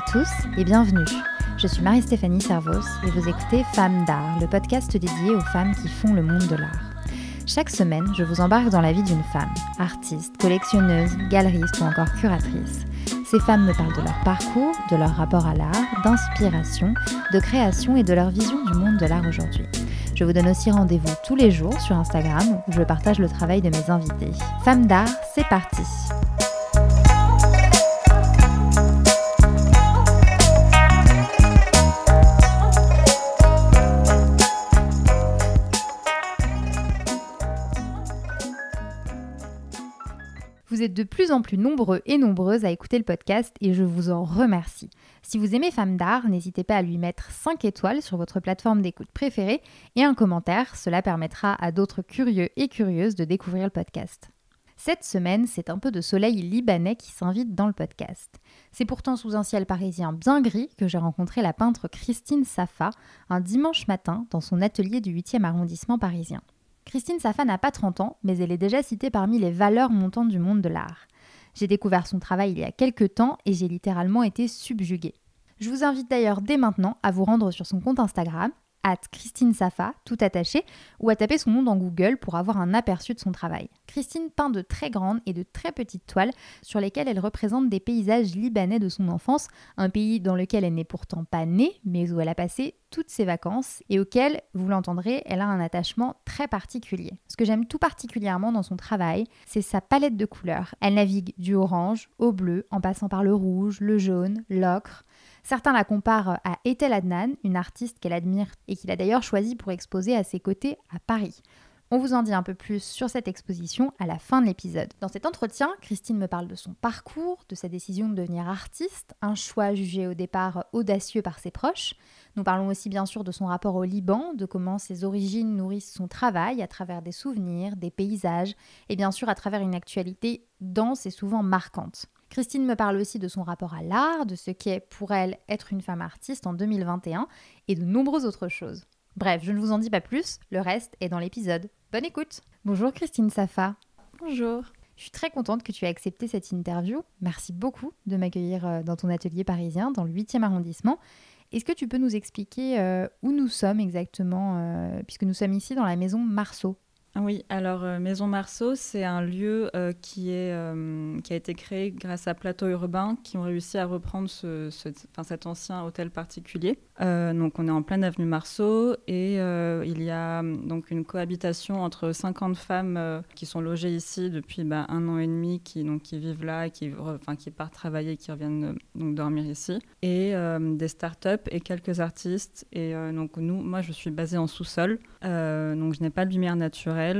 tous et bienvenue. Je suis Marie-Stéphanie Servos et vous écoutez Femmes d'art, le podcast dédié aux femmes qui font le monde de l'art. Chaque semaine, je vous embarque dans la vie d'une femme, artiste, collectionneuse, galeriste ou encore curatrice. Ces femmes me parlent de leur parcours, de leur rapport à l'art, d'inspiration, de création et de leur vision du monde de l'art aujourd'hui. Je vous donne aussi rendez-vous tous les jours sur Instagram où je partage le travail de mes invités. Femmes d'art, c'est parti! Vous êtes de plus en plus nombreux et nombreuses à écouter le podcast et je vous en remercie. Si vous aimez Femmes d'art, n'hésitez pas à lui mettre 5 étoiles sur votre plateforme d'écoute préférée et un commentaire, cela permettra à d'autres curieux et curieuses de découvrir le podcast. Cette semaine, c'est un peu de soleil libanais qui s'invite dans le podcast. C'est pourtant sous un ciel parisien bien gris que j'ai rencontré la peintre Christine Safa un dimanche matin dans son atelier du 8e arrondissement parisien. Christine Safa n'a pas 30 ans, mais elle est déjà citée parmi les valeurs montantes du monde de l'art. J'ai découvert son travail il y a quelques temps et j'ai littéralement été subjuguée. Je vous invite d'ailleurs dès maintenant à vous rendre sur son compte Instagram, @Christine Safa, tout attaché, ou à taper son nom dans Google pour avoir un aperçu de son travail. Christine peint de très grandes et de très petites toiles sur lesquelles elle représente des paysages libanais de son enfance, un pays dans lequel elle n'est pourtant pas née, mais où elle a passé toutes ses vacances et auquel, vous l'entendrez, elle a un attachement très particulier. Ce que j'aime tout particulièrement dans son travail, c'est sa palette de couleurs. Elle navigue du orange au bleu, en passant par le rouge, le jaune, l'ocre. Certains la comparent à Etel Adnan, une artiste qu'elle admire et qu'il a d'ailleurs choisi pour exposer à ses côtés à Paris. On vous en dit un peu plus sur cette exposition à la fin de l'épisode. Dans cet entretien, Christine me parle de son parcours, de sa décision de devenir artiste, un choix jugé au départ audacieux par ses proches. Nous parlons aussi bien sûr de son rapport au Liban, de comment ses origines nourrissent son travail à travers des souvenirs, des paysages et bien sûr à travers une actualité dense et souvent marquante. Christine me parle aussi de son rapport à l'art, de ce qu'est pour elle être une femme artiste en 2021 et de nombreuses autres choses. Bref, je ne vous en dis pas plus, le reste est dans l'épisode. Bonne écoute! Bonjour Christine Safa. Bonjour. Je suis très contente que tu aies accepté cette interview. Merci beaucoup de m'accueillir dans ton atelier parisien, dans le 8e arrondissement. Est-ce que tu peux nous expliquer où nous sommes exactement, puisque nous sommes ici dans la maison Marceau? Oui, alors Maison Marceau, c'est un lieu qui a été créé grâce à Plateau Urbain qui ont réussi à reprendre cet ancien hôtel particulier. Donc on est en pleine avenue Marceau et il y a donc une cohabitation entre 50 femmes qui sont logées ici depuis 1 an et demi, qui vivent là et qui partent travailler et qui reviennent donc dormir ici. Et des startups et quelques artistes. Et moi je suis basée en sous-sol, donc je n'ai pas de lumière naturelle.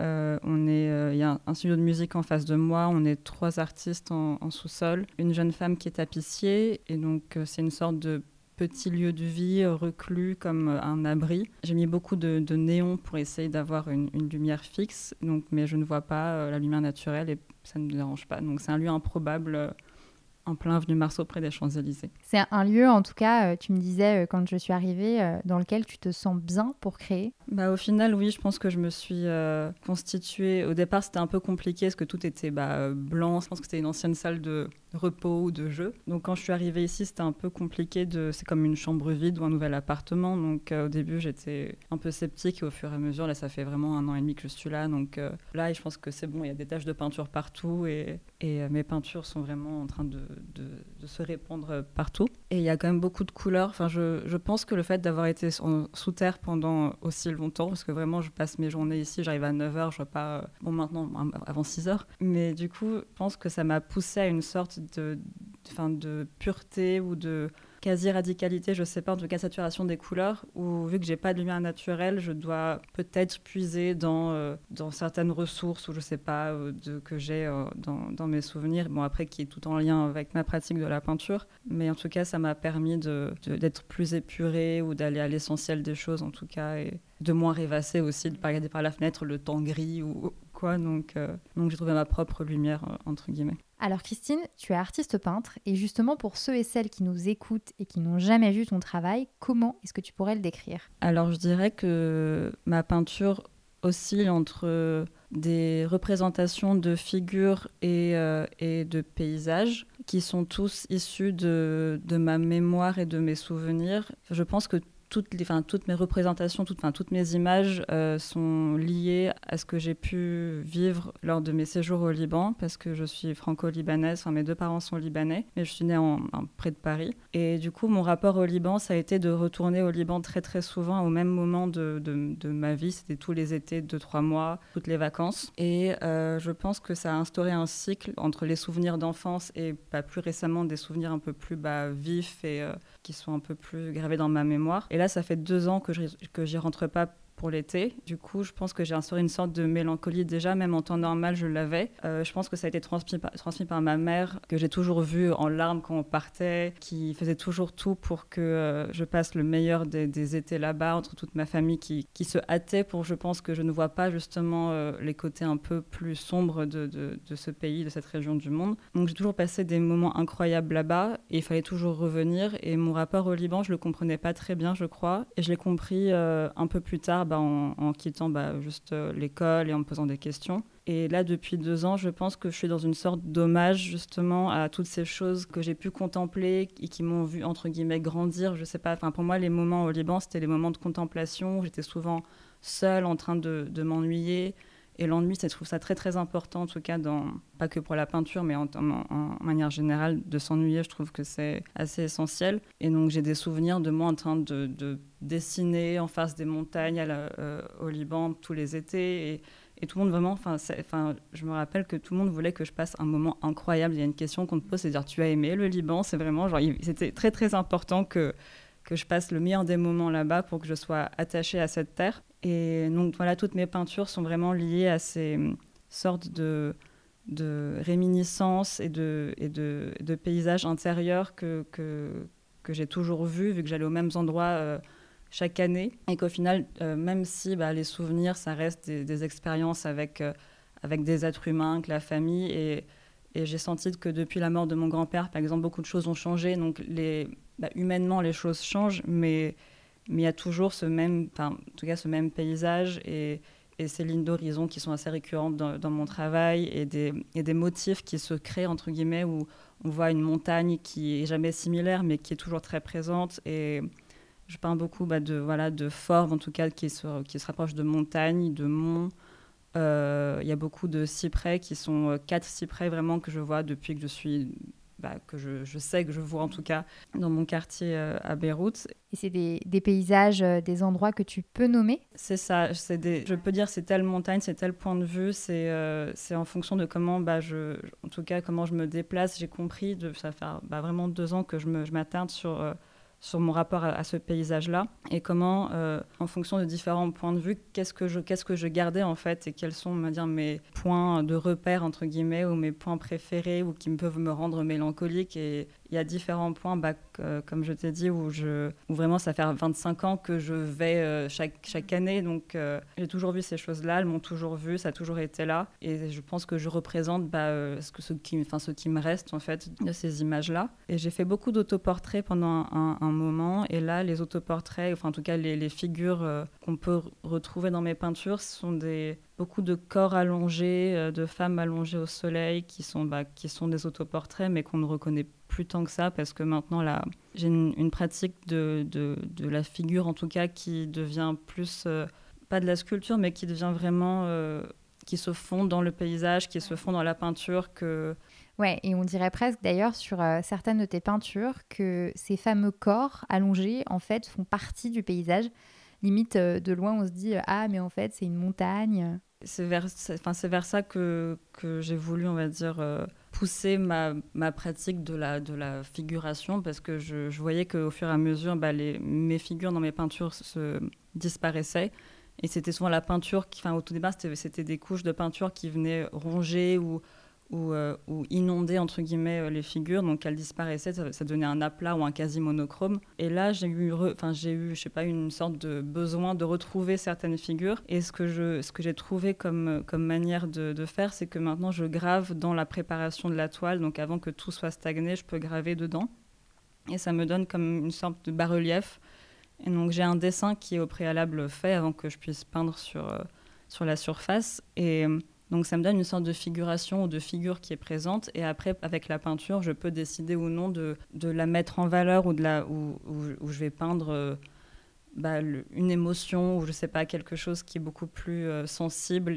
Il y a un studio de musique en face de moi, on est 3 artistes en sous-sol, une jeune femme qui est tapissier, et donc c'est une sorte de petit lieu de vie reclus comme un abri. J'ai mis beaucoup de néons pour essayer d'avoir une lumière fixe, mais je ne vois pas la lumière naturelle et ça ne me dérange pas. Donc c'est un lieu improbable en plein avenue Marceau près des Champs-Élysées. C'est un lieu, en tout cas, tu me disais quand je suis arrivée, dans lequel tu te sens bien pour créer? Au final, oui, je pense que je me suis constituée. Au départ, c'était un peu compliqué parce que tout était blanc. Je pense que c'était une ancienne salle de repos ou de jeu. Donc quand je suis arrivée ici, c'était un peu compliqué. C'est comme une chambre vide ou un nouvel appartement. Donc au début, j'étais un peu sceptique et au fur et à mesure, là, ça fait vraiment 1 an et demi que je suis là. Donc là, je pense que c'est bon, il y a des taches de peinture partout et mes peintures sont vraiment en train de se répandre partout. Et il y a quand même beaucoup de couleurs. Enfin, je pense que le fait d'avoir été sous terre pendant aussi longtemps, parce que vraiment, je passe mes journées ici, j'arrive à 9h, je vois pas... maintenant, avant 6h. Mais du coup, je pense que ça m'a poussée à une sorte de pureté ou de quasi-radicalité, je sais pas, en tout cas saturation des couleurs, où vu que j'ai pas de lumière naturelle, je dois peut-être puiser dans certaines ressources, ou je sais pas, que j'ai dans mes souvenirs, après qui est tout en lien avec ma pratique de la peinture, mais en tout cas ça m'a permis d'être plus épurée ou d'aller à l'essentiel des choses en tout cas, et de moins rêvasser aussi, de pas regarder par la fenêtre le temps gris ou quoi, donc j'ai trouvé ma propre lumière entre guillemets. Alors Christine, tu es artiste peintre et justement pour ceux et celles qui nous écoutent et qui n'ont jamais vu ton travail, comment est-ce que tu pourrais le décrire? Alors je dirais que ma peinture oscille entre des représentations de figures et de paysages. qui sont tous issus de ma mémoire et de mes souvenirs. Je pense que toutes mes représentations, toutes mes images sont liées à ce que j'ai pu vivre lors de mes séjours au Liban, parce que je suis franco-libanaise, mes 2 parents sont libanais, mais je suis née près de Paris. Et du coup, mon rapport au Liban, ça a été de retourner au Liban très très souvent, au même moment de ma vie. C'était tous les étés, 2-3 mois, toutes les vacances. Et je pense que ça a instauré un cycle entre les souvenirs d'enfance et plus récemment des souvenirs un peu plus vifs et qui sont un peu plus gravés dans ma mémoire. Et là, ça fait 2 ans que j'y rentre pas pour l'été. Du coup, je pense que j'ai instauré une sorte de mélancolie déjà, même en temps normal, je l'avais. Je pense que ça a été transmis par ma mère, que j'ai toujours vue en larmes quand on partait, qui faisait toujours tout pour que je passe le meilleur des étés là-bas, entre toute ma famille qui se hâtait pour, je pense, que je ne vois pas justement les côtés un peu plus sombres de ce pays, de cette région du monde. Donc j'ai toujours passé des moments incroyables là-bas et il fallait toujours revenir. Et mon rapport au Liban, je le comprenais pas très bien, je crois. Et je l'ai compris un peu plus tard, en quittant juste l'école et en me posant des questions. Et là, depuis 2 ans, je pense que je suis dans une sorte d'hommage justement à toutes ces choses que j'ai pu contempler et qui m'ont vu, entre guillemets, grandir. Je sais pas, pour moi, les moments au Liban, c'était les moments de contemplation. J'étais souvent seule en train de m'ennuyer. Et l'ennui, je trouve ça très, très important, en tout cas, pas que pour la peinture, mais en manière générale, de s'ennuyer, je trouve que c'est assez essentiel. Et donc, j'ai des souvenirs de moi en train de dessiner en face des montagnes au Liban tous les étés. Et tout le monde, vraiment, je me rappelle que tout le monde voulait que je passe un moment incroyable. Il y a une question qu'on te pose, c'est de dire, tu as aimé le Liban? C'est vraiment, c'était très, très important que je passe le meilleur des moments là-bas pour que je sois attachée à cette terre. Et donc voilà, toutes mes peintures sont vraiment liées à ces sortes de réminiscences et de paysages intérieurs que j'ai toujours vus, vu que j'allais aux mêmes endroits chaque année. Et qu'au final, même si les souvenirs, ça reste des expériences avec des êtres humains, que la famille. Et j'ai senti que depuis la mort de mon grand-père, par exemple, beaucoup de choses ont changé. Donc humainement, les choses changent, mais il y a toujours ce même paysage et ces lignes d'horizon qui sont assez récurrentes dans mon travail et des motifs qui se créent, entre guillemets, où on voit une montagne qui est jamais similaire, mais qui est toujours très présente. Et je peins beaucoup de formes, en tout cas, qui se rapprochent de montagnes, de monts. Il y a beaucoup de cyprès qui sont 4 cyprès vraiment que je vois depuis que je suis... que je sais que je vois en tout cas dans mon quartier à Beyrouth. Et c'est des paysages, des endroits que tu peux nommer? C'est ça, je peux dire c'est telle montagne, c'est tel point de vue, c'est en fonction de comment, en tout cas comment je me déplace. J'ai compris, ça fait vraiment 2 ans que je m'attarde sur mon rapport à ce paysage-là et comment, en fonction de différents points de vue, qu'est-ce que je gardais en fait et quels sont, on va dire, mes points de repère, entre guillemets, ou mes points préférés ou qui peuvent me rendre mélancolique. Et il y a différents points, comme je t'ai dit, où vraiment ça fait 25 ans que je vais chaque année. Donc j'ai toujours vu ces choses-là, elles m'ont toujours vu, ça a toujours été là. Et je pense que je représente ce qui me reste en fait de ces images-là. Et j'ai fait beaucoup d'autoportraits pendant un moment. Et là, les autoportraits, en tout cas les figures qu'on peut retrouver dans mes peintures, ce sont beaucoup de corps allongés, de femmes allongées au soleil qui sont des autoportraits, mais qu'on ne reconnaît plus tant que ça, parce que maintenant, là, j'ai une pratique de la figure, en tout cas, qui devient plus, pas de la sculpture, mais qui devient vraiment, qui se fond dans le paysage, qui se fond dans la peinture. Ouais, et on dirait presque d'ailleurs sur certaines de tes peintures que ces fameux corps allongés, en fait, font partie du paysage. Limite, de loin, on se dit « Ah, mais en fait, c'est une montagne ». C'est vers ça que j'ai voulu, on va dire, pousser ma pratique de la figuration, parce que je voyais qu'au fur et à mesure, mes figures dans mes peintures se disparaissaient. Et c'était souvent la peinture au tout départ, c'était des couches de peinture qui venaient ronger ou inonder, entre guillemets, les figures, donc elles disparaissaient, ça donnait un aplat ou un quasi monochrome. Et là, j'ai eu, je sais pas, une sorte de besoin de retrouver certaines figures. Et ce que j'ai trouvé comme manière de faire, c'est que maintenant, je grave dans la préparation de la toile. Donc avant que tout soit stagné, je peux graver dedans. Et ça me donne comme une sorte de bas-relief. Et donc, j'ai un dessin qui est au préalable fait avant que je puisse peindre sur la surface. Et Donc ça me donne une sorte de figuration ou de figure qui est présente. Et après, avec la peinture, je peux décider ou non de la mettre en valeur ou où je vais peindre une émotion ou je sais pas, quelque chose qui est beaucoup plus sensible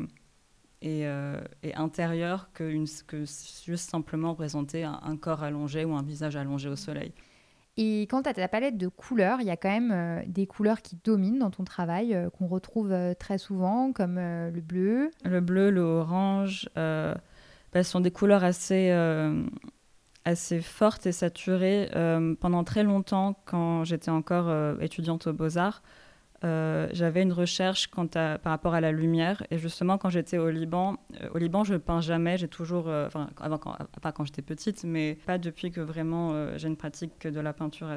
et intérieur que juste simplement représenter un corps allongé ou un visage allongé au soleil. Et quant à ta palette de couleurs, il y a quand même des couleurs qui dominent dans ton travail, qu'on retrouve très souvent, comme le bleu. Le bleu, le orange, ce sont des couleurs assez fortes et saturées. Pendant très longtemps, quand j'étais encore étudiante aux Beaux-Arts, j'avais une recherche par rapport à la lumière. Et justement, quand j'étais au Liban, je peins jamais. J'ai toujours, pas quand j'étais petite, mais pas depuis que vraiment j'ai une pratique de la peinture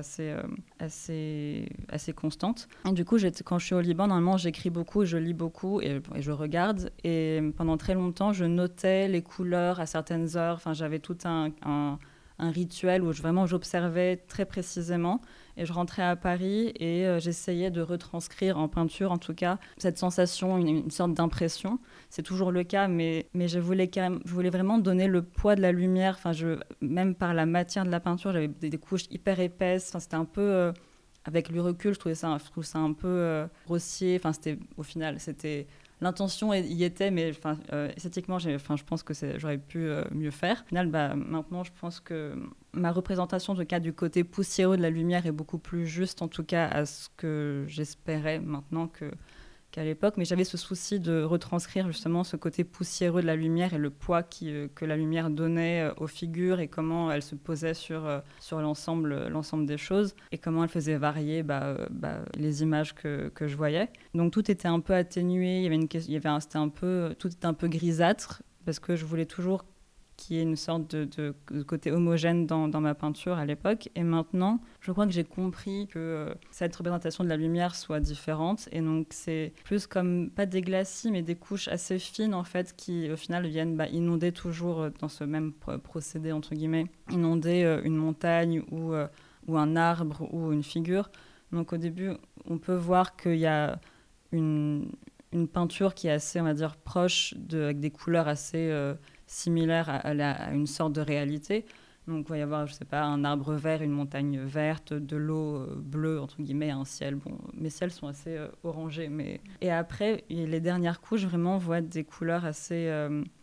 assez constante. Et du coup, quand je suis au Liban, normalement, j'écris beaucoup, je lis beaucoup et je regarde. Et pendant très longtemps, je notais les couleurs à certaines heures. Enfin, j'avais tout un rituel où j'observais très précisément et je rentrais à Paris et j'essayais de retranscrire en peinture en tout cas cette sensation, une sorte d'impression. C'est toujours le cas, mais je voulais vraiment donner le poids de la lumière. Enfin, même par la matière de la peinture, j'avais des couches hyper épaisses. Enfin, c'était un peu avec le recul, je trouve ça un peu grossier. Enfin, au final, l'intention y était, mais esthétiquement, je pense que j'aurais pu mieux faire. Au final, maintenant, je pense que ma représentation du côté poussiéreux de la lumière est beaucoup plus juste, en tout cas, à ce que j'espérais maintenant qu'à l'époque. Mais j'avais ce souci de retranscrire justement ce côté poussiéreux de la lumière et le poids que la lumière donnait aux figures et comment elle se posait sur l'ensemble des choses et comment elle faisait varier les images que je voyais. Donc tout était un peu atténué, tout était un peu grisâtre parce que je voulais toujours qu'il y ait une sorte de côté homogène dans ma peinture à l'époque. Et maintenant, je crois que j'ai compris que cette représentation de la lumière soit différente. Et donc, c'est plus comme, pas des glacis, mais des couches assez fines, en fait, qui, au final, viennent inonder toujours, dans ce même procédé, entre guillemets, inonder une montagne ou un arbre ou une figure. Donc, au début, on peut voir qu'il y a une peinture qui est assez, on va dire, proche, avec des couleurs assez similaires à une sorte de réalité. Donc, il va y avoir, je sais pas, un arbre vert, une montagne verte, de l'eau bleue, entre guillemets, un ciel. Bon, mes ciels sont assez orangés. Et après, les dernières couches, vraiment, voient des couleurs assez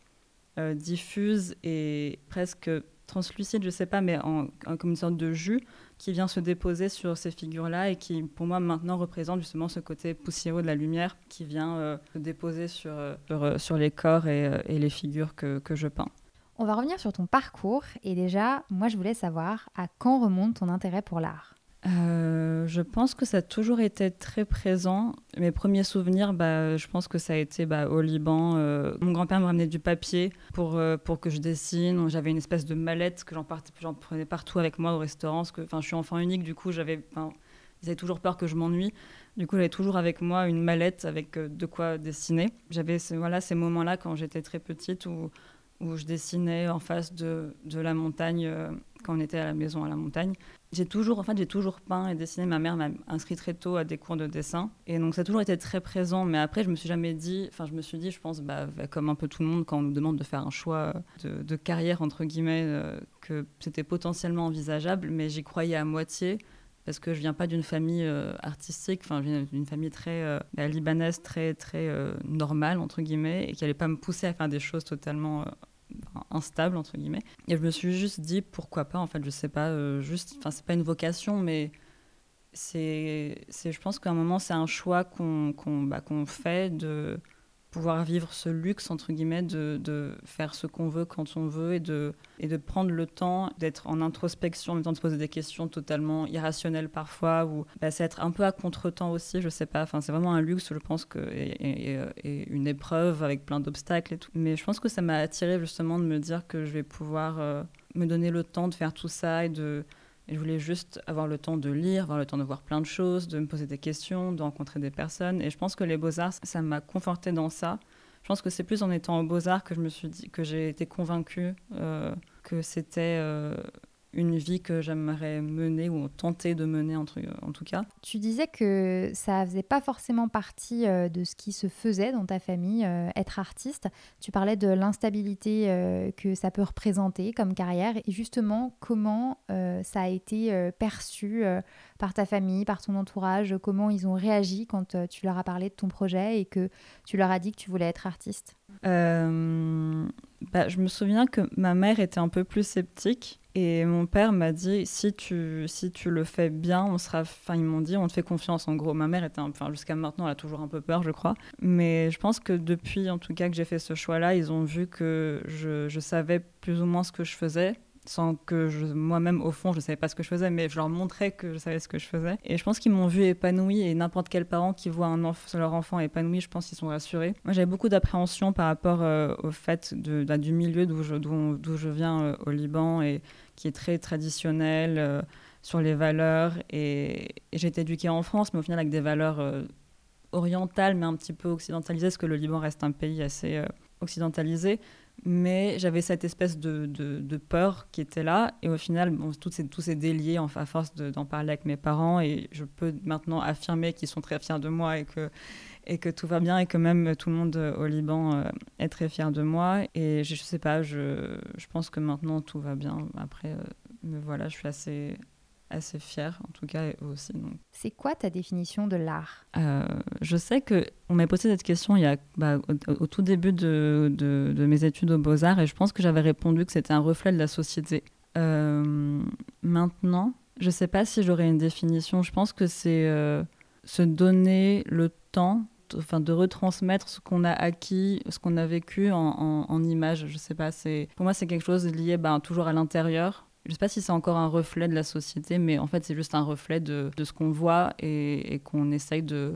diffuses et presque translucides, je sais pas, mais comme une sorte de jus qui vient se déposer sur ces figures-là et qui, pour moi, maintenant représente justement ce côté poussiéreux de la lumière qui vient se déposer sur les corps et les figures que je peins. On va revenir sur ton parcours et déjà, moi je voulais savoir à quand remonte ton intérêt pour l'art. Je pense que ça a toujours été très présent. Mes premiers souvenirs, je pense que ça a été au Liban. Mon grand-père me ramenait du papier pour que je dessine. J'avais une espèce de mallette que j'en prenais partout avec moi au restaurant. Parce que je suis enfant unique, du coup, ils avaient toujours peur que je m'ennuie. Du coup, j'avais toujours avec moi une mallette avec de quoi dessiner. J'avais ces moments-là quand j'étais très petite où je dessinais en face de la montagne quand on était à la maison à la montagne. J'ai toujours peint et dessiné. Ma mère m'a inscrit très tôt à des cours de dessin. Et donc, ça a toujours été très présent. Mais après, je me suis dit, je pense, comme un peu tout le monde, quand on nous demande de faire un choix de carrière, entre guillemets, que c'était potentiellement envisageable. Mais j'y croyais à moitié. Parce que je viens pas d'une famille artistique, je viens d'une famille très libanaise, très, très normale, entre guillemets, et qui allait pas me pousser à faire des choses totalement instables, entre guillemets. Et je me suis juste dit, pourquoi pas, en fait, je sais pas, c'est pas une vocation, mais je pense qu'à un moment, c'est un choix qu'on fait de pouvoir vivre ce luxe, entre guillemets, de faire ce qu'on veut quand on veut et de prendre le temps d'être en introspection, en même temps de se poser des questions totalement irrationnelles parfois, ou c'est être un peu à contre-temps aussi, je sais pas, c'est vraiment un luxe, je pense, et une épreuve avec plein d'obstacles et tout. Mais je pense que ça m'a attirée justement de me dire que je vais pouvoir me donner le temps de faire tout ça et je voulais juste avoir le temps de lire, avoir le temps de voir plein de choses, de me poser des questions, de rencontrer des personnes. Et je pense que les Beaux-Arts, ça m'a confortée dans ça. Je pense que c'est plus en étant aux Beaux-Arts que je me suis dit, que j'ai été convaincue que c'était une vie que j'aimerais mener ou tenter de mener en tout cas. Tu disais que ça faisait pas forcément partie de ce qui se faisait dans ta famille, être artiste. Tu parlais de l'instabilité que ça peut représenter comme carrière et justement comment ça a été perçu par ta famille, par ton entourage, comment ils ont réagi quand tu leur as parlé de ton projet et que tu leur as dit que tu voulais être artiste. Je me souviens que ma mère était un peu plus sceptique et mon père m'a dit si tu le fais bien, ils m'ont dit on te fait confiance en gros. Ma mère était jusqu'à maintenant elle a toujours un peu peur je crois, mais je pense que depuis en tout cas que j'ai fait ce choix-là, ils ont vu que je savais plus ou moins ce que je faisais. Sans que moi-même, au fond, je ne savais pas ce que je faisais, mais je leur montrais que je savais ce que je faisais. Et je pense qu'ils m'ont vu épanouie, et n'importe quel parent qui voit leur enfant épanoui, je pense qu'ils sont rassurés. Moi, j'avais beaucoup d'appréhension par rapport au fait du milieu d'où je viens au Liban, et qui est très traditionnel sur les valeurs. Et j'ai été éduquée en France, mais au final avec des valeurs orientales, mais un petit peu occidentalisées, parce que le Liban reste un pays assez occidentalisé. Mais j'avais cette espèce de peur qui était là. Et au final, tout s'est délié à force d'en parler avec mes parents. Et je peux maintenant affirmer qu'ils sont très fiers de moi et que tout va bien. Et que même tout le monde au Liban est très fier de moi. Et je sais pas, je pense que maintenant tout va bien. Après, mais voilà, je suis assez fière, en tout cas, aussi. Donc. C'est quoi ta définition de l'art ? Je sais qu'on m'a posé cette question au tout début de mes études aux Beaux-Arts et je pense que j'avais répondu que c'était un reflet de la société. Maintenant, je ne sais pas si j'aurais une définition. Je pense que c'est se donner le temps de retransmettre ce qu'on a acquis, ce qu'on a vécu en images. Je sais pas, pour moi, c'est quelque chose lié toujours à l'intérieur. Je ne sais pas si c'est encore un reflet de la société, mais en fait, c'est juste un reflet de ce qu'on voit et qu'on essaye de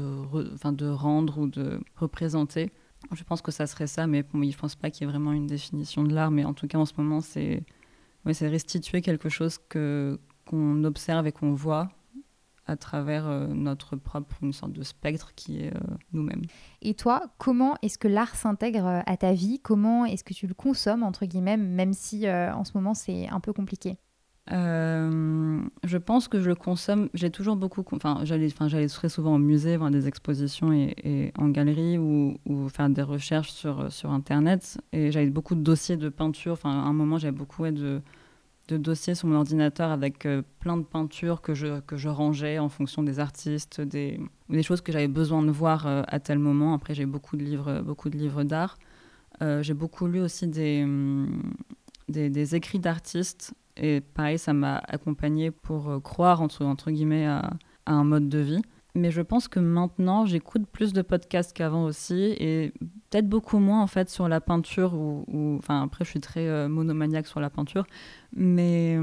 rendre ou de représenter. Je pense que ça serait ça, mais je ne pense pas qu'il y ait vraiment une définition de l'art. Mais en tout cas, en ce moment, c'est restituer quelque chose qu'on observe et qu'on voit à travers notre propre, une sorte de spectre qui est nous-mêmes. Et toi, comment est-ce que l'art s'intègre à ta vie ? Comment est-ce que tu le consommes, entre guillemets, même si en ce moment c'est un peu compliqué ? Je pense que je le consomme. J'ai toujours beaucoup. J'allais très souvent au musée, voir des expositions et en galerie ou faire des recherches sur Internet. Et j'avais beaucoup de dossiers de peinture. À un moment, j'avais beaucoup de dossiers sur mon ordinateur avec plein de peintures que je rangeais en fonction des artistes, ou des choses que j'avais besoin de voir à tel moment. Après, j'ai beaucoup de livres d'art. J'ai beaucoup lu aussi des écrits d'artistes. Et pareil, ça m'a accompagnée pour croire, entre guillemets, à un mode de vie. Mais je pense que maintenant, j'écoute plus de podcasts qu'avant aussi, et peut-être beaucoup moins en fait sur la peinture. Après, je suis très monomaniaque sur la peinture, mais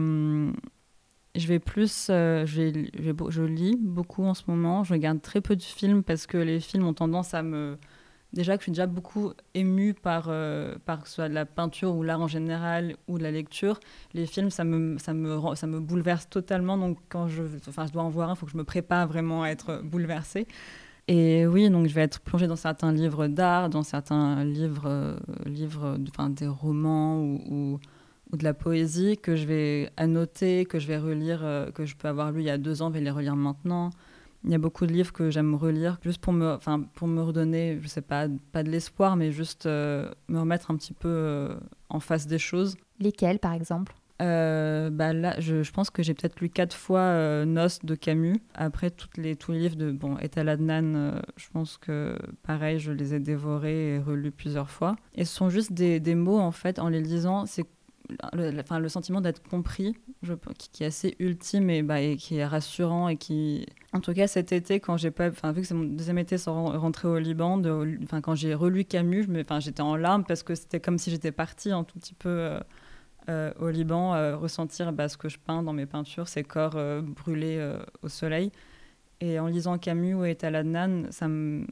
je vais plus, je lis beaucoup en ce moment. Je regarde très peu de films parce que les films ont tendance à me... Déjà que je suis déjà beaucoup émue par soit de la peinture ou l'art en général ou de la lecture. Les films, ça me bouleverse totalement. Donc quand je dois en voir un, il faut que je me prépare vraiment à être bouleversée. Et oui, donc je vais être plongée dans certains livres d'art, dans certains livres des romans ou de la poésie que je vais annoter, que je vais relire, que je peux avoir lu il y a 2 ans, je vais les relire maintenant. Il y a beaucoup de livres que j'aime relire, juste pour me redonner, je sais pas de l'espoir, mais juste me remettre un petit peu en face des choses. Lesquels, par exemple ? Là, je pense que j'ai peut-être lu 4 fois Noces de Camus. Après, tous les livres de Etal Adnan, je pense que, pareil, je les ai dévorés et relus plusieurs fois. Et ce sont juste des mots, en fait, en les lisant, c'est le sentiment d'être compris, qui est assez ultime et qui est rassurant et qui... En tout cas, cet été, quand j'ai pas... vu que c'est mon 2e été sans rentrer au Liban, quand j'ai relu Camus, j'étais en larmes parce que c'était comme si j'étais partie un tout petit peu au Liban, ressentir ce que je peins dans mes peintures, ces corps brûlés au soleil. Et en lisant Camus ou Etal Adnan,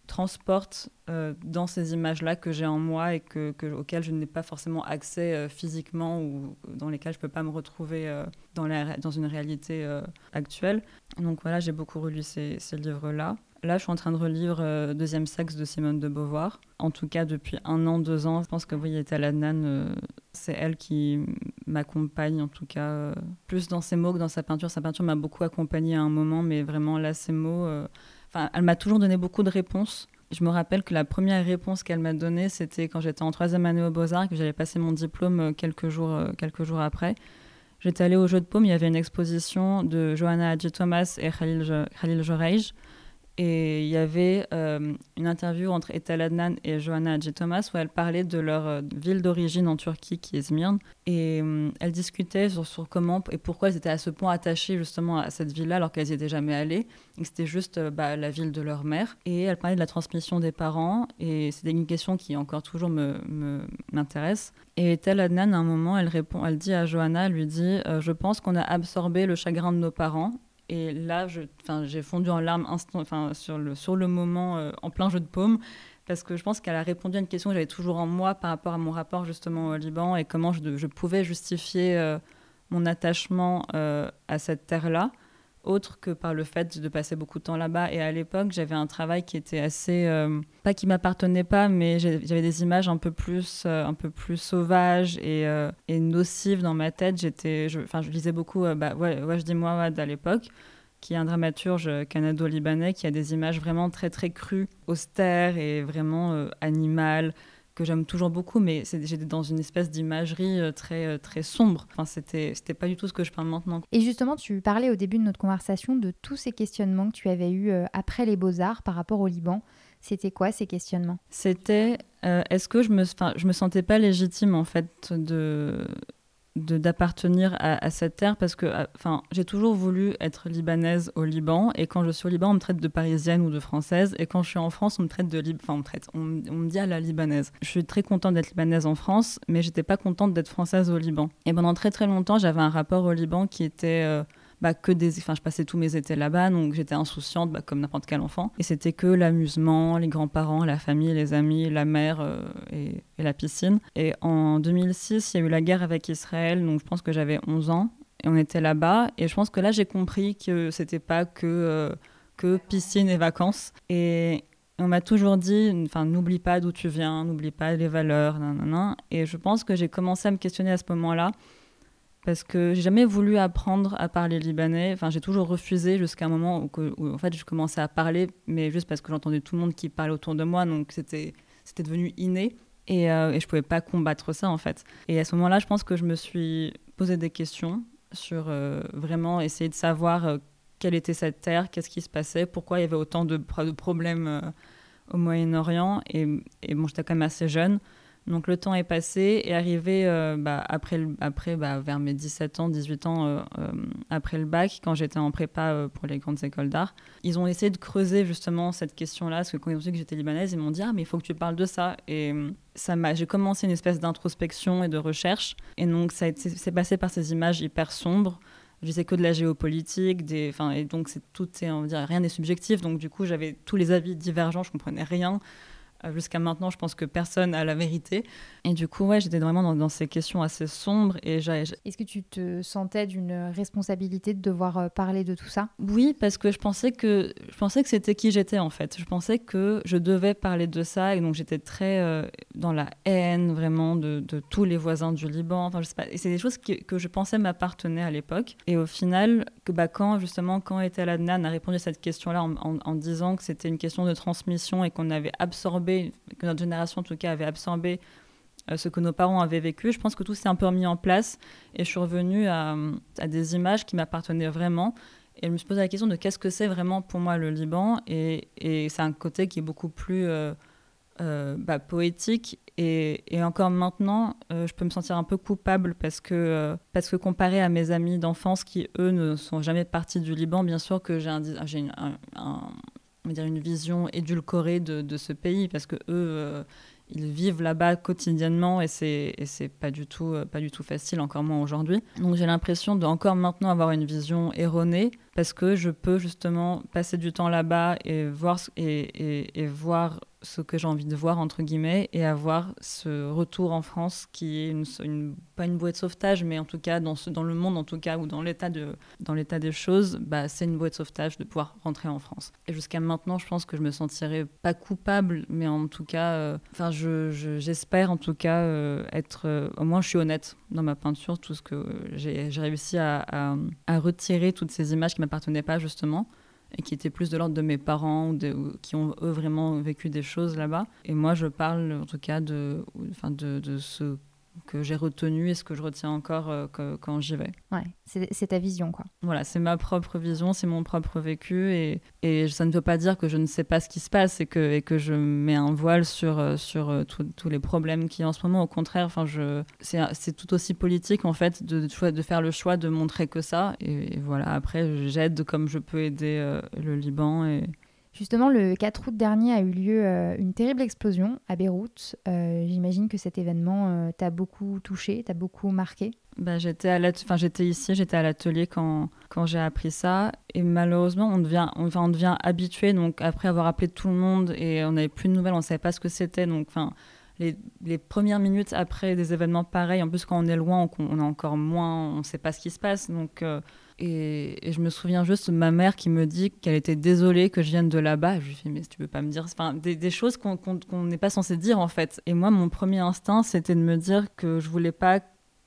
transporte dans ces images-là que j'ai en moi et auxquelles je n'ai pas forcément accès physiquement ou dans lesquelles je ne peux pas me retrouver dans une réalité actuelle. Donc voilà, j'ai beaucoup relu ces livres-là. Là, je suis en train de relire Deuxième sexe de Simone de Beauvoir. En tout cas, depuis 1 an, 2 ans. Je pense que oui, Etel Adnan, c'est elle qui m'accompagne, en tout cas, plus dans ses mots que dans sa peinture. Sa peinture m'a beaucoup accompagnée à un moment, mais vraiment, là, ces mots... elle m'a toujours donné beaucoup de réponses. Je me rappelle que la première réponse qu'elle m'a donnée, c'était quand j'étais en 3e année aux Beaux-Arts, que j'allais passer mon diplôme quelques jours après. J'étais allée au Jeu de Paume, il y avait une exposition de Johanna Hadji-Thomas et Khalil Joreij. Et il y avait une interview entre Etel Adnan et Johanna Hadji-Thomas où elles parlaient de leur ville d'origine en Turquie, qui est Izmir. Et elles discutaient sur comment et pourquoi elles étaient à ce point attachées justement à cette ville-là alors qu'elles n'y étaient jamais allées. Et c'était juste la ville de leur mère. Et elles parlaient de la transmission des parents. Et c'était une question qui encore toujours m'intéresse. Et Etel Adnan, à un moment, elle dit à Johanna, elle lui dit « Je pense qu'on a absorbé le chagrin de nos parents ». Et là, j'ai fondu en larmes sur le moment, en plein Jeu de Paume, parce que je pense qu'elle a répondu à une question que j'avais toujours en moi par rapport à mon rapport justement au Liban et comment je pouvais justifier mon attachement à cette terre-là, autre que par le fait de passer beaucoup de temps là-bas. Et à l'époque, j'avais un travail qui était assez... pas qui m'appartenait pas, mais j'avais des images un peu plus sauvages et nocives dans ma tête. Je lisais beaucoup Wajdi Mouawad à l'époque, qui est un dramaturge canado-libanais qui a des images vraiment très, très crues, austères et vraiment animales, que j'aime toujours beaucoup, mais j'étais dans une espèce d'imagerie très, très sombre. Enfin, c'était pas du tout ce que je peins maintenant. Et justement, tu parlais au début de notre conversation de tous ces questionnements que tu avais eus après les Beaux-Arts par rapport au Liban. C'était quoi ces questionnements ? C'était, est-ce que je me sentais pas légitime en fait d'appartenir à cette terre parce que j'ai toujours voulu être libanaise au Liban et quand je suis au Liban on me traite de parisienne ou de française et quand je suis en France on me traite on me dit à la libanaise. Je suis très contente d'être libanaise en France mais j'étais pas contente d'être française au Liban et pendant très très longtemps j'avais un rapport au Liban qui était je passais tous mes étés là-bas, donc j'étais insouciante comme n'importe quel enfant. Et c'était que l'amusement, les grands-parents, la famille, les amis, la mer et la piscine. Et en 2006, il y a eu la guerre avec Israël, donc je pense que j'avais 11 ans. Et on était là-bas. Et je pense que là, j'ai compris que c'était pas que piscine et vacances. Et on m'a toujours dit, n'oublie pas d'où tu viens, n'oublie pas les valeurs, nanana. Et je pense que j'ai commencé à me questionner à ce moment-là. Parce que j'ai jamais voulu apprendre à parler libanais. J'ai toujours refusé jusqu'à un moment où en fait, je commençais à parler, mais juste parce que j'entendais tout le monde qui parlait autour de moi, donc c'était devenu inné. Et je pouvais pas combattre ça, en fait. Et à ce moment-là, je pense que je me suis posé des questions sur vraiment essayer de savoir quelle était cette terre, qu'est-ce qui se passait, pourquoi il y avait autant de problèmes au Moyen-Orient. Et bon, j'étais quand même assez jeune. Donc le temps est passé et arrivé vers mes 17 ans, 18 ans, après le bac, quand j'étais en prépa pour les grandes écoles d'art, ils ont essayé de creuser justement cette question-là, parce que quand ils ont su que j'étais libanaise, ils m'ont dit « Ah, mais il faut que tu parles de ça ». Et j'ai commencé une espèce d'introspection et de recherche. Et donc c'est passé par ces images hyper sombres. Je disais que de la géopolitique, et donc on va dire, rien n'est subjectif. Donc du coup, j'avais tous les avis divergents, je comprenais rien. Jusqu'à maintenant, je pense que personne n'a la vérité. Et du coup, j'étais vraiment dans ces questions assez sombres. Est-ce que tu te sentais d'une responsabilité de devoir parler de tout ça ? Oui, parce que je pensais que c'était qui j'étais, en fait. Je pensais que je devais parler de ça. Et donc, j'étais très dans la haine, vraiment, de tous les voisins du Liban. Je sais pas. Et c'est des choses que je pensais m'appartenaient à l'époque. Et au final, quand Etel Adnan a répondu à cette question-là en disant que c'était une question de transmission et qu'on avait absorbé, que notre génération en tout cas avait absorbé ce que nos parents avaient vécu, je pense que tout s'est un peu remis en place et je suis revenue à des images qui m'appartenaient vraiment et je me suis posé la question de qu'est-ce que c'est vraiment pour moi le Liban et c'est un côté qui est beaucoup plus poétique et encore maintenant je peux me sentir un peu coupable parce que comparé à mes amis d'enfance qui eux ne sont jamais partis du Liban, bien sûr que j'ai une vision édulcorée de ce pays parce que eux ils vivent là-bas quotidiennement et c'est pas du tout facile, encore moins aujourd'hui. Donc j'ai l'impression de encore maintenant avoir une vision erronée parce que je peux justement passer du temps là-bas et voir voir ce que j'ai envie de voir, entre guillemets, et avoir ce retour en France qui est pas une bouée de sauvetage, mais en tout cas, dans le monde, en tout cas, ou dans l'état des choses, bah, c'est une bouée de sauvetage de pouvoir rentrer en France. Et jusqu'à maintenant, je pense que je me sentirais pas coupable, mais en tout cas, j'espère en tout cas être... au moins, je suis honnête dans ma peinture, tout ce que j'ai réussi à retirer toutes ces images qui m'appartenaient pas, justement, et qui étaient plus de l'ordre de mes parents, ou qui ont eux vraiment vécu des choses là-bas. Et moi, je parle en tout cas de ce que j'ai retenu et ce que je retiens encore quand j'y vais. Ouais, c'est ta vision, quoi. Voilà, c'est ma propre vision, c'est mon propre vécu, et ça ne veut pas dire que je ne sais pas ce qui se passe et que je mets un voile sur tous les problèmes qu'il y a en ce moment. Au contraire, c'est tout aussi politique en fait de faire le choix de montrer que ça. Et voilà, après, j'aide comme je peux aider le Liban. Justement, le 4 août dernier a eu lieu une terrible explosion à Beyrouth. J'imagine que cet événement t'a beaucoup touché, t'a beaucoup marqué. Bah, j'étais ici, j'étais à l'atelier quand j'ai appris ça. Et malheureusement, on devient habitué. Donc, après avoir appelé tout le monde et on n'avait plus de nouvelles, on ne savait pas ce que c'était. Donc, les premières minutes après des événements pareils, en plus quand on est loin, on a encore moins, on ne sait pas ce qui se passe. Donc, et je me souviens juste de ma mère qui me dit qu'elle était désolée que je vienne de là-bas. Je lui dis mais tu peux pas me dire, des choses qu'on n'est pas censé dire en fait. Et moi, mon premier instinct, c'était de me dire que je voulais pas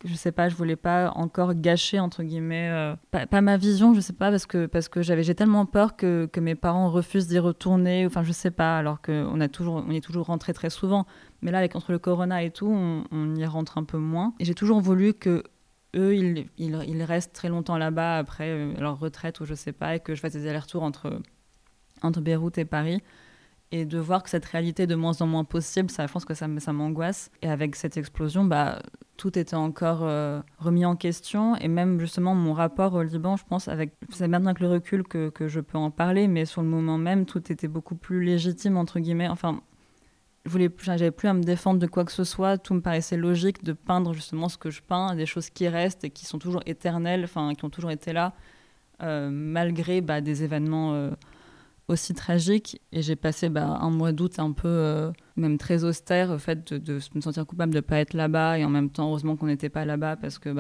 encore gâcher entre guillemets pas ma vision, je sais pas, parce que j'ai tellement peur que mes parents refusent d'y retourner, enfin je sais pas, alors qu'on est toujours rentré très souvent, mais là entre le corona et tout, on y rentre un peu moins, et j'ai toujours voulu que eux ils restent très longtemps là-bas après leur retraite ou je sais pas, et que je fasse des allers-retours entre Beyrouth et Paris. Et de voir que cette réalité est de moins en moins possible, je pense que ça m'angoisse. Et avec cette explosion, tout était encore remis en question. Et même justement, mon rapport au Liban, je pense, c'est maintenant avec le recul que je peux en parler, mais sur le moment même, tout était beaucoup plus légitime, entre guillemets. Enfin, j'avais plus à me défendre de quoi que ce soit. Tout me paraissait logique de peindre justement ce que je peins, des choses qui restent et qui sont toujours éternelles, qui ont toujours été là, malgré des événements... aussi tragique, et j'ai passé un mois d'août un peu même très austère au fait de me sentir coupable de ne pas être là-bas, et en même temps heureusement qu'on n'était pas là-bas parce que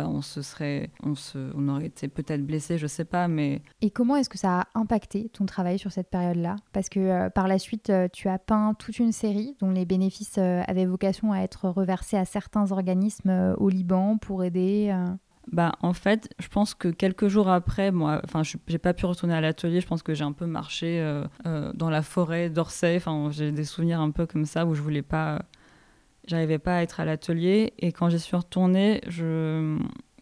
on aurait été peut-être blessés, je sais pas. Mais et comment est-ce que ça a impacté ton travail sur cette période-là? Parce que par la suite tu as peint toute une série dont les bénéfices avaient vocation à être reversés à certains organismes au Liban pour aider en fait, je pense que quelques jours après, moi, j'ai pas pu retourner à l'atelier. Je pense que j'ai un peu marché dans la forêt d'Orsay. J'ai des souvenirs un peu comme ça où j'arrivais pas à être à l'atelier. Et quand j'y suis retournée, je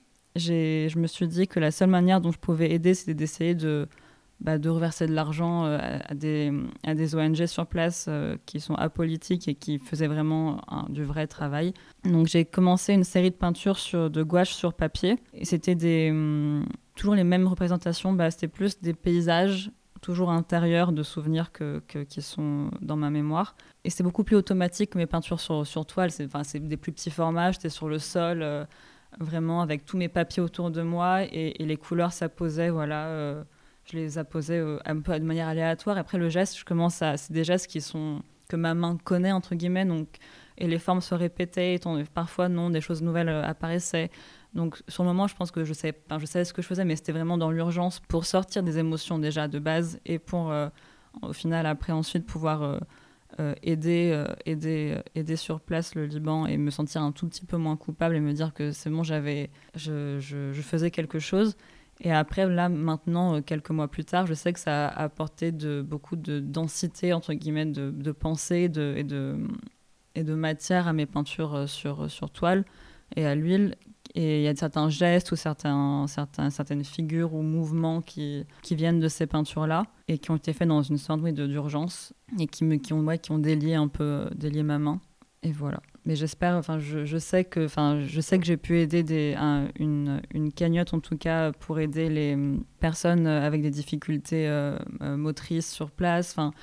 me suis dit que la seule manière dont je pouvais aider, c'était d'essayer de reverser de l'argent à des ONG sur place qui sont apolitiques et qui faisaient vraiment du vrai travail. Donc j'ai commencé une série de peintures de gouache sur papier. Et c'était toujours les mêmes représentations. C'était plus des paysages, toujours intérieurs, de souvenirs qui sont dans ma mémoire. Et c'est beaucoup plus automatique que mes peintures sur toile. C'est des plus petits formats. J'étais sur le sol, vraiment avec tous mes papiers autour de moi. Et les couleurs s'apposaient, voilà... je les apposais un peu de manière aléatoire. Après, le geste, c'est des gestes que ma main connaît, entre guillemets, et les formes se répétaient, parfois non, des choses nouvelles apparaissaient. Donc sur le moment, je pense que je savais ce que je faisais, mais c'était vraiment dans l'urgence pour sortir des émotions déjà de base, et pour au final, après, ensuite, pouvoir aider sur place le Liban et me sentir un tout petit peu moins coupable et me dire que c'est bon, je faisais quelque chose. Et après, là, maintenant, quelques mois plus tard, je sais que ça a apporté beaucoup de densité, entre guillemets, de pensée et de matière à mes peintures sur toile et à l'huile. Et il y a certains gestes ou certaines figures ou mouvements qui viennent de ces peintures-là et qui ont été faits dans une sorte d'urgence et qui ont délié ma main. Et voilà. Mais j'espère, je sais que j'ai pu aider une cagnotte en tout cas pour aider les personnes avec des difficultés motrices sur place.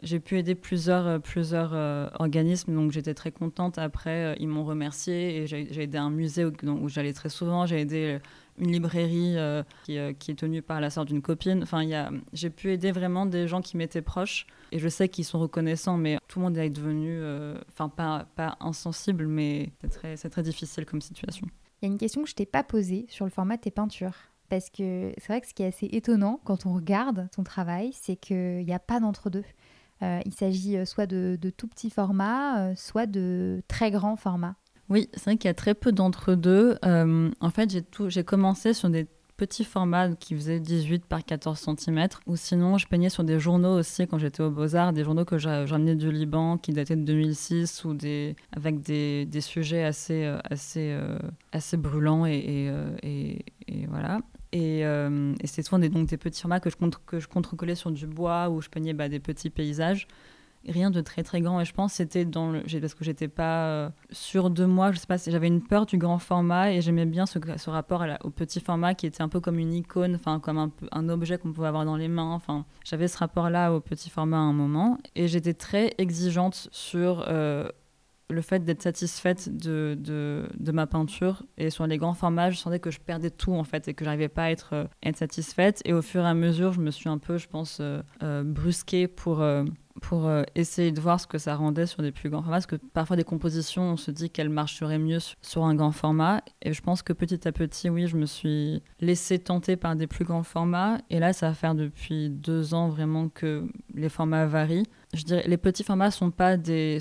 j'ai pu aider plusieurs organismes, donc j'étais très contente. Après, ils m'ont remerciée et j'ai aidé un musée où j'allais très souvent. J'ai aidé une librairie qui est tenue par la sœur d'une copine. Enfin, j'ai pu aider vraiment des gens qui m'étaient proches. Et je sais qu'ils sont reconnaissants, mais tout le monde est devenu, pas insensible, mais c'est très difficile comme situation. Il y a une question que je t'ai pas posée sur le format de tes peintures. Parce que c'est vrai que ce qui est assez étonnant quand on regarde ton travail, c'est qu'il n'y a pas d'entre-deux. Il s'agit soit de tout petits formats, soit de très grands formats. Oui, c'est vrai qu'il y a très peu d'entre-deux. En fait, j'ai commencé sur des petits formats qui faisaient 18 par 14 cm, ou sinon je peignais sur des journaux aussi quand j'étais aux Beaux-Arts, des journaux que j'ai ramenés du Liban qui dataient de 2006 avec des sujets assez brûlants et voilà. Et c'est souvent donc des petits formats que je contre-collais sur du bois où je peignais des petits paysages. Rien de très très grand, et je pense que c'était parce que j'étais pas sûre de moi, je sais pas si j'avais une peur du grand format et j'aimais bien ce rapport au petit format qui était un peu comme une icône, enfin comme un objet qu'on pouvait avoir dans les mains. Enfin, j'avais ce rapport-là au petit format à un moment et j'étais très exigeante sur le fait d'être satisfaite de ma peinture, et sur les grands formats je sentais que je perdais tout en fait et que j'arrivais pas à être satisfaite, et au fur et à mesure je me suis un peu, je pense, brusquée pour essayer de voir ce que ça rendait sur des plus grands formats, parce que parfois des compositions on se dit qu'elles marcheraient mieux sur un grand format, et je pense que petit à petit, oui, je me suis laissée tenter par des plus grands formats, et là ça va faire depuis 2 ans vraiment que les formats varient. Je dirais les petits formats sont pas des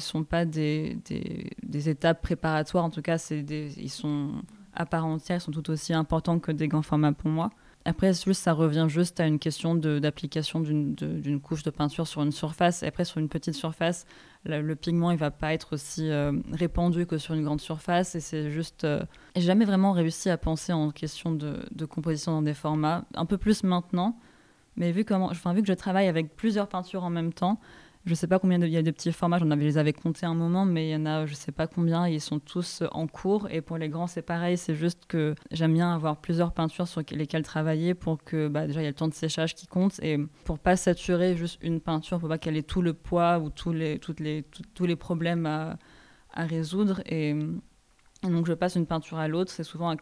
étapes préparatoires, en tout cas ils sont à part entière, ils sont tout aussi importants que des grands formats pour moi. Après, ça revient juste à une question d'application d'une couche de peinture sur une surface. Et après, sur une petite surface, le pigment, il va pas être aussi répandu que sur une grande surface. Et c'est juste... J'ai jamais vraiment réussi à penser en question de composition dans des formats. Un peu plus maintenant. Mais vu que je travaille avec plusieurs peintures en même temps, je sais pas combien il y a de petits formats, je les avais comptés un moment, mais il y en a, je sais pas combien, ils sont tous en cours. Et pour les grands, c'est pareil, c'est juste que j'aime bien avoir plusieurs peintures sur lesquelles travailler pour que déjà il y a le temps de séchage qui compte, et pour pas saturer juste une peinture, pour pas qu'elle ait tout le poids ou tous les problèmes à résoudre. Et donc je passe d'une peinture à l'autre, c'est souvent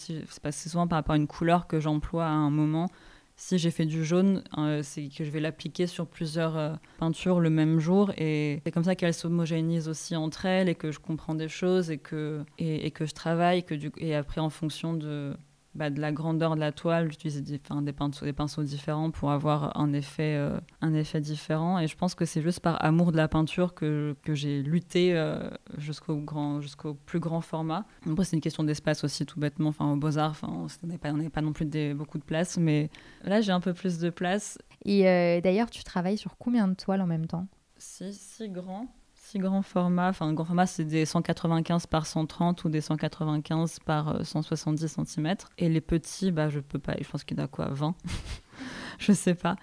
par rapport à une couleur que j'emploie à un moment. Si j'ai fait du jaune, c'est que je vais l'appliquer sur plusieurs peintures le même jour, et c'est comme ça qu'elles s'homogénéisent aussi entre elles, et que je comprends des choses et que je travaille, et après en fonction de la grandeur de la toile, j'utilise des pinceaux différents pour avoir un effet différent. Et je pense que c'est juste par amour de la peinture que j'ai lutté jusqu'au plus grand format. Après, c'est une question d'espace aussi, tout bêtement. Enfin, aux Beaux-Arts, on n'avait pas non plus beaucoup de place, mais là, j'ai un peu plus de place. Et d'ailleurs, tu travailles sur combien de toiles en même temps ? Six grands formats. Enfin, un grand format, c'est des 195 par 130 ou des 195 par 170 cm. Et les petits, je peux pas. Je pense qu'il y en a 20 je sais pas.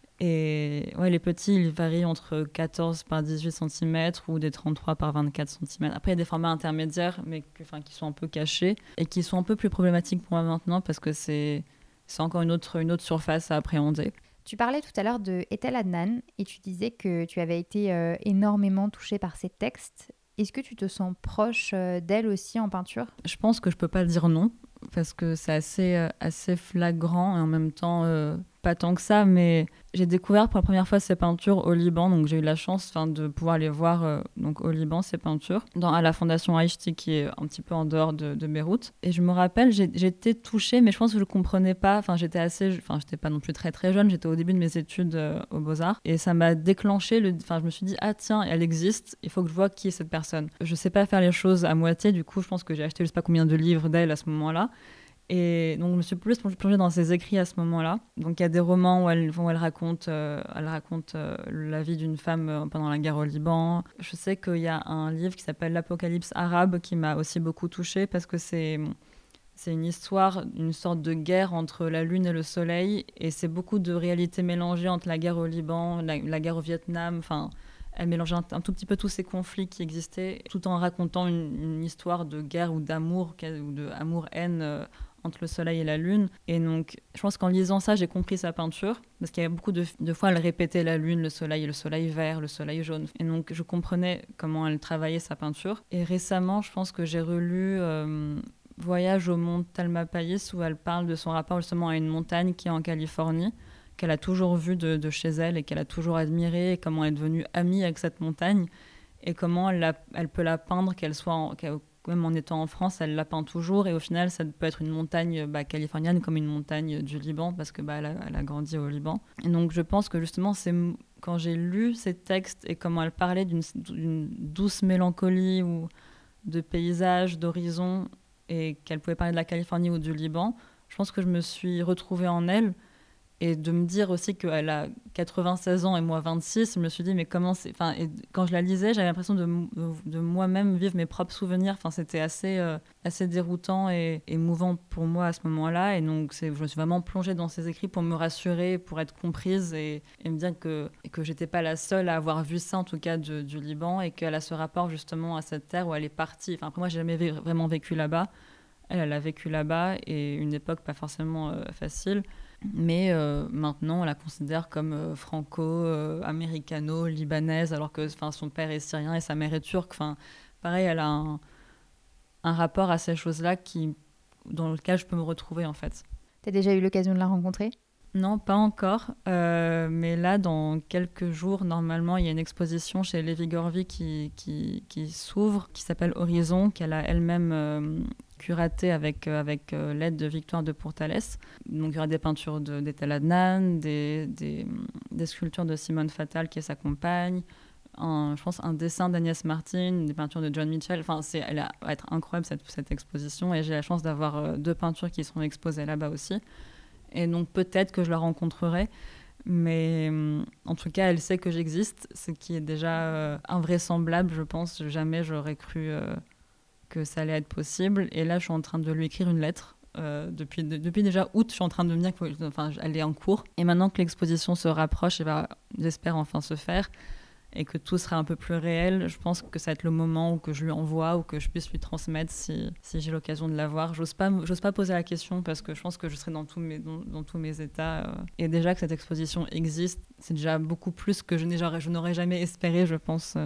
Et ouais, les petits, ils varient entre 14 par 18 cm ou des 33 par 24 cm. Après, il y a des formats intermédiaires, mais qui sont un peu cachés et qui sont un peu plus problématiques pour moi maintenant, parce que c'est encore une autre surface à appréhender. Tu parlais tout à l'heure de Etel Adnan et tu disais que tu avais été énormément touchée par ses textes. Est-ce que tu te sens proche d'elle aussi en peinture ? Je pense que je peux pas dire non, parce que c'est assez flagrant, et en même temps pas tant que ça, mais j'ai découvert pour la première fois ces peintures au Liban, donc j'ai eu la chance de pouvoir les voir donc au Liban, ces peintures, à la Fondation Aïchti, qui est un petit peu en dehors de Beyrouth. Et je me rappelle, j'étais touchée, mais je pense que je comprenais pas, j'étais pas non plus très très jeune, j'étais au début de mes études aux Beaux-Arts, et ça m'a déclenché, je me suis dit, ah tiens, elle existe, il faut que je vois qui est cette personne. Je sais pas faire les choses à moitié, du coup je pense que j'ai acheté je sais pas combien de livres d'elle à ce moment-là. Et donc, je me suis plus plongée dans ses écrits à ce moment-là. Donc, il y a des romans où elle raconte la vie d'une femme pendant la guerre au Liban. Je sais qu'il y a un livre qui s'appelle L'Apocalypse arabe qui m'a aussi beaucoup touchée, parce que c'est une histoire, une sorte de guerre entre la lune et le soleil. Et c'est beaucoup de réalités mélangées entre la guerre au Liban, la guerre au Vietnam. Enfin, elle mélangeait un tout petit peu tous ces conflits qui existaient, tout en racontant une histoire de guerre ou d'amour, ou de amour-haine entre le soleil et la lune. Et donc, je pense qu'en lisant ça, j'ai compris sa peinture, parce qu'il y a beaucoup de fois, elle répétait la lune, le soleil vert, le soleil jaune. Et donc, je comprenais comment elle travaillait sa peinture. Et récemment, je pense que j'ai relu Voyage au mont Tamalpais, où elle parle de son rapport justement à une montagne qui est en Californie, qu'elle a toujours vue de chez elle et qu'elle a toujours admirée, et comment elle est devenue amie avec cette montagne, et comment elle peut la peindre, même en étant en France, elle la peint toujours, et au final, ça peut être une montagne californienne comme une montagne du Liban, parce que elle a grandi au Liban. Et donc, je pense que justement, quand j'ai lu ces textes et comment elle parlait d'une douce mélancolie ou de paysages, d'horizons, et qu'elle pouvait parler de la Californie ou du Liban, je pense que je me suis retrouvée en elle. Et de me dire aussi qu'elle a 96 ans et moi 26, je me suis dit, mais comment c'est... Enfin, et quand je la lisais, j'avais l'impression de moi-même vivre mes propres souvenirs. Enfin, c'était assez déroutant et émouvant pour moi à ce moment-là. Et donc, je me suis vraiment plongée dans ses écrits pour me rassurer, pour être comprise et me dire que j'étais pas la seule à avoir vu ça, en tout cas du Liban, et qu'elle a ce rapport justement à cette terre où elle est partie. Enfin, après, moi, j'ai jamais vraiment vécu là-bas. Elle a vécu là-bas, et une époque pas forcément facile. Mais maintenant, on la considère comme franco-américano-libanaise, alors que son père est syrien et sa mère est turque. Pareil, elle a un rapport à ces choses-là dans lequel je peux me retrouver, en fait. T'as déjà eu l'occasion de la rencontrer ? Non, pas encore. Mais là, dans quelques jours, normalement, il y a une exposition chez Lévi Gorby qui s'ouvre, qui s'appelle Horizon, qu'elle a elle-même curatée avec l'aide de Victoire de Pourtalès. Donc, il y aura des peintures d'Etel Adnan, des sculptures de Simone Fattal, qui est sa compagne, je pense un dessin d'Agnès Martin, des peintures de John Mitchell. Elle va être incroyable, cette exposition. Et j'ai la chance d'avoir 2 peintures qui seront exposées là-bas aussi. Et donc peut-être que je la rencontrerai, mais en tout cas, elle sait que j'existe, ce qui est déjà invraisemblable, je pense. Jamais j'aurais cru que ça allait être possible. Et là, je suis en train de lui écrire une lettre. Depuis déjà août, je suis en train de me dire qu'elle est en cours. Et maintenant que l'exposition se rapproche, j'espère enfin se faire, et que tout sera un peu plus réel, je pense que ça va être le moment où que je lui envoie ou que je puisse lui transmettre si j'ai l'occasion de la voir. J'ose pas poser la question, parce que je pense que je serai dans tous mes états. Et déjà que cette exposition existe, c'est déjà beaucoup plus que je n'aurais jamais espéré, je pense.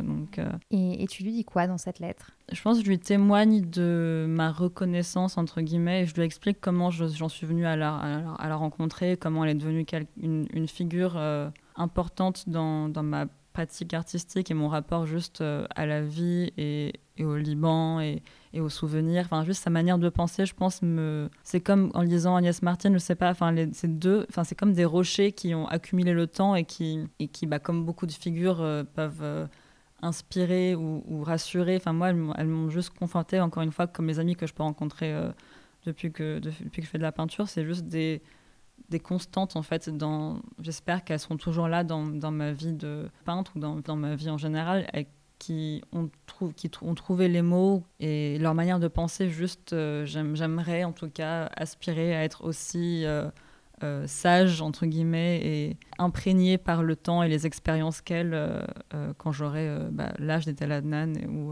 Et tu lui dis quoi dans cette lettre ? Je pense que je lui témoigne de ma reconnaissance, entre guillemets, et je lui explique comment j'en suis venue à la rencontrer, comment elle est devenue une figure importante dans ma pratique artistique et mon rapport juste à la vie et au Liban et aux souvenirs. Juste sa manière de penser, je pense, c'est comme en lisant Agnès Martin, je sais pas, c'est comme des rochers qui ont accumulé le temps et qui comme beaucoup de figures, peuvent inspirer ou rassurer. Moi, elles m'ont juste confortée, encore une fois, comme les amis que je peux rencontrer depuis que je fais de la peinture. C'est juste des constantes, en fait. J'espère qu'elles seront toujours là dans ma vie de peintre ou dans ma vie en général, et qui ont trouvé les mots et leur manière de penser. Juste, j'aimerais en tout cas aspirer à être aussi sage, entre guillemets, et imprégnée par le temps et les expériences qu'elle, quand j'aurai l'âge d'Etel Adnan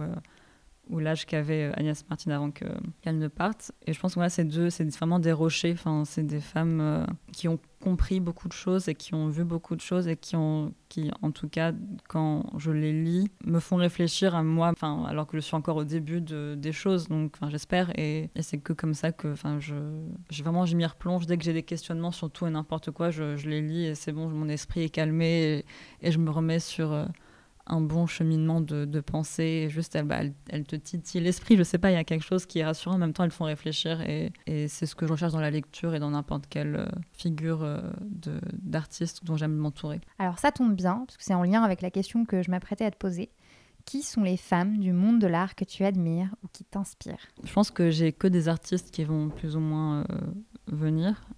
ou l'âge qu'avait Agnès Martin avant qu'elle ne parte. Et je pense que c'est vraiment des rochers. C'est des femmes qui ont compris beaucoup de choses et qui ont vu beaucoup de choses, et qui, en tout cas, quand je les lis, me font réfléchir à moi, alors que je suis encore au début des choses. Donc, j'espère. Et c'est que comme ça que je m'y replonge. Dès que j'ai des questionnements sur tout et n'importe quoi, je les lis, et c'est bon, mon esprit est calmé, et je me remets sur un bon cheminement de pensée. Et juste, elle te titille l'esprit. Je sais pas, il y a quelque chose qui est rassurant. En même temps, elles font réfléchir. Et c'est ce que je recherche dans la lecture et dans n'importe quelle figure d'artiste dont j'aime m'entourer. Alors ça tombe bien, parce que c'est en lien avec la question que je m'apprêtais à te poser. Qui sont les femmes du monde de l'art que tu admires ou qui t'inspirent ? Je pense que j'ai que des artistes qui vont plus ou moins venir.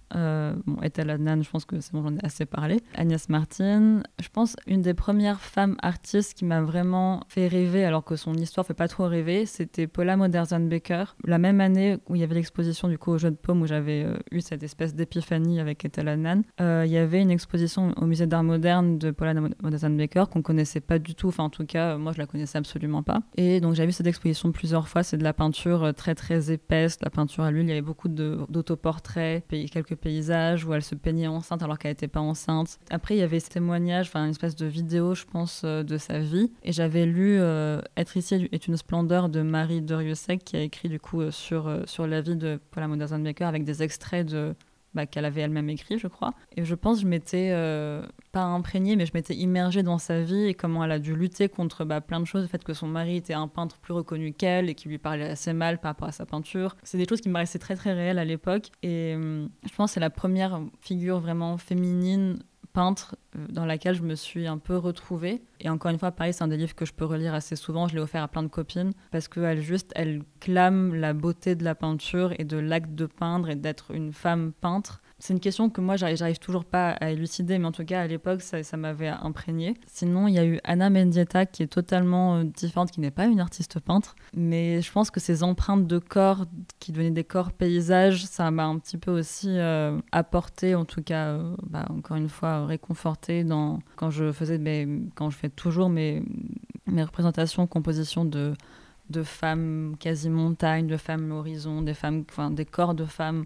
Ethel Adnan, je pense que c'est bon, j'en ai assez parlé. Agnès Martin, je pense une des premières femmes artistes qui m'a vraiment fait rêver, alors que son histoire fait pas trop rêver, c'était Paula Modersohn-Becker. La même année où il y avait l'exposition du coup au Jeu de Paume, où j'avais eu cette espèce d'épiphanie avec Ethel Adnan, il y avait une exposition au musée d'art moderne de Paula Modersohn-Becker qu'on connaissait pas du tout, enfin en tout cas moi je la connaissais absolument pas. Et donc j'ai vu cette exposition plusieurs fois, c'est de la peinture très très épaisse, la peinture à l'huile, il y avait beaucoup d'autoportraits, quelques paysages où elle se peignait enceinte alors qu'elle n'était pas enceinte. Après, il y avait ce témoignage, enfin une espèce de vidéo, je pense, de sa vie. Et j'avais lu Être ici est une splendeur de Marie Derieussec, qui a écrit du coup sur la vie de Paula Modersohn-Becker avec des extraits qu'elle avait elle-même écrit, je crois. Et je pense que je m'étais pas imprégnée, mais je m'étais immergée dans sa vie et comment elle a dû lutter contre plein de choses. Le fait que son mari était un peintre plus reconnu qu'elle et qui lui parlait assez mal par rapport à sa peinture. C'est des choses qui me paraissaient très très réelles à l'époque. Et je pense que c'est la première figure vraiment féminine peintre dans laquelle je me suis un peu retrouvée. Et encore une fois, pareil, c'est un des livres que je peux relire assez souvent. Je l'ai offert à plein de copines parce qu'elle clame la beauté de la peinture et de l'acte de peindre et d'être une femme peintre. C'est une question que moi, j'arrive toujours pas à élucider, mais en tout cas, à l'époque, ça m'avait imprégné. Sinon, il y a eu Anna Mendieta, qui est totalement différente, qui n'est pas une artiste peintre, mais je pense que ces empreintes de corps, qui devenaient des corps paysages, ça m'a un petit peu aussi apporté, en tout cas, encore une fois, réconforté quand je fais toujours mes représentations, compositions de femmes quasi montagnes, de femmes horizon, des corps de femmes,